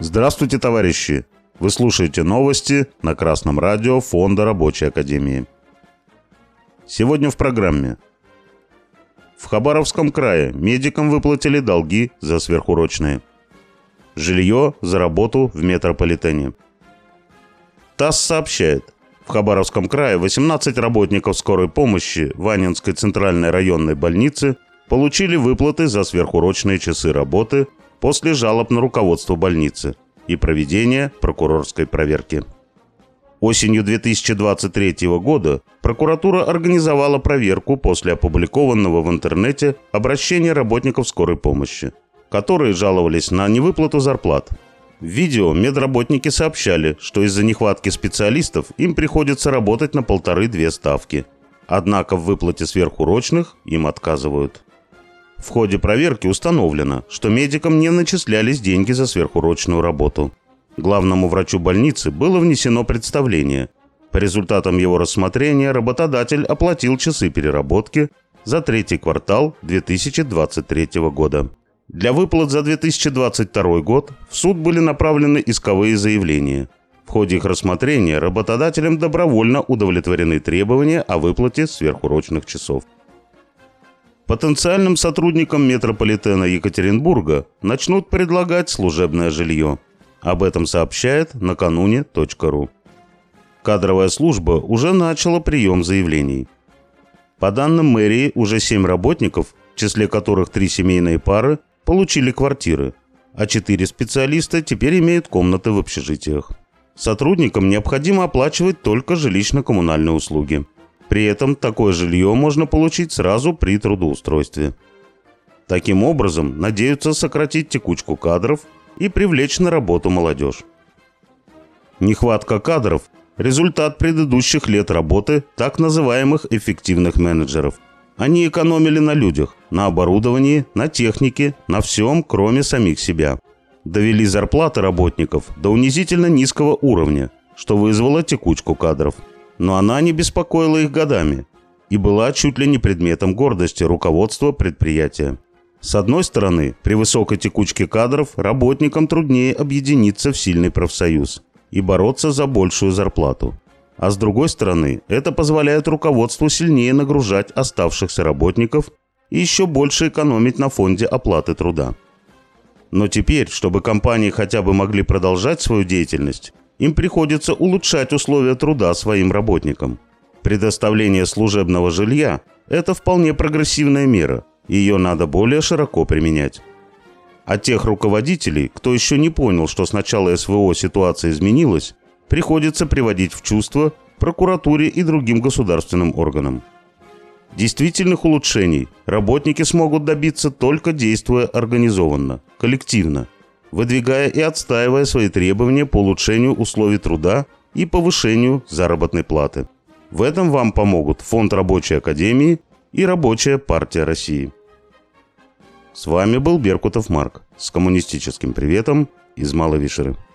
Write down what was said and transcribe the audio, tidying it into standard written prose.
Здравствуйте, товарищи! Вы слушаете новости на Красном радио Фонда Рабочей Академии. Сегодня в программе. В Хабаровском крае медикам выплатили долги за сверхурочные. Жилье за работу в метрополитене. ТАСС сообщает, в Хабаровском крае 18 работников скорой помощи Ванинской центральной районной больницы получили выплаты за сверхурочные часы работы после жалоб на руководство больницы и проведения прокурорской проверки. Осенью 2023 года прокуратура организовала проверку после опубликованного в интернете обращения работников скорой помощи, которые жаловались на невыплату зарплат. В видео медработники сообщали, что из-за нехватки специалистов им приходится работать на 1,5-2 ставки. Однако в выплате сверхурочных им отказывают. В ходе проверки установлено, что медикам не начислялись деньги за сверхурочную работу. Главному врачу больницы было внесено представление. По результатам его рассмотрения работодатель оплатил часы переработки за третий квартал 2023 года. Для выплат за 2022 год в суд были направлены исковые заявления. В ходе их рассмотрения работодателям добровольно удовлетворены требования о выплате сверхурочных часов. Потенциальным сотрудникам метрополитена Екатеринбурга начнут предлагать служебное жилье. Об этом сообщает накануне.ру. Кадровая служба уже начала прием заявлений. По данным мэрии, уже 7 работников, в числе которых 3 семейные пары, получили квартиры, а 4 специалиста теперь имеют комнаты в общежитиях. Сотрудникам необходимо оплачивать только жилищно-коммунальные услуги. При этом такое жилье можно получить сразу при трудоустройстве. Таким образом, надеются сократить текучку кадров и привлечь на работу молодежь. Нехватка кадров – результат предыдущих лет работы так называемых эффективных менеджеров. Они экономили на людях, на оборудовании, на технике, на всем, кроме самих себя. Довели зарплаты работников до унизительно низкого уровня, что вызвало текучку кадров. Но она не беспокоила их годами и была чуть ли не предметом гордости руководства предприятия. С одной стороны, при высокой текучке кадров работникам труднее объединиться в сильный профсоюз и бороться за большую зарплату. А с другой стороны, это позволяет руководству сильнее нагружать оставшихся работников и еще больше экономить на фонде оплаты труда. Но теперь, чтобы компании хотя бы могли продолжать свою деятельность, им приходится улучшать условия труда своим работникам. Предоставление служебного жилья – это вполне прогрессивная мера, ее надо более широко применять. А тех руководителей, кто еще не понял, что с начала СВО ситуация изменилась, приходится приводить в чувство прокуратуре и другим государственным органам. Действительных улучшений работники смогут добиться только действуя организованно, коллективно, выдвигая и отстаивая свои требования по улучшению условий труда и повышению заработной платы. В этом вам помогут Фонд Рабочей Академии и Рабочая партия России. С вами был Беркутов Марк с коммунистическим приветом из Малой Вишеры.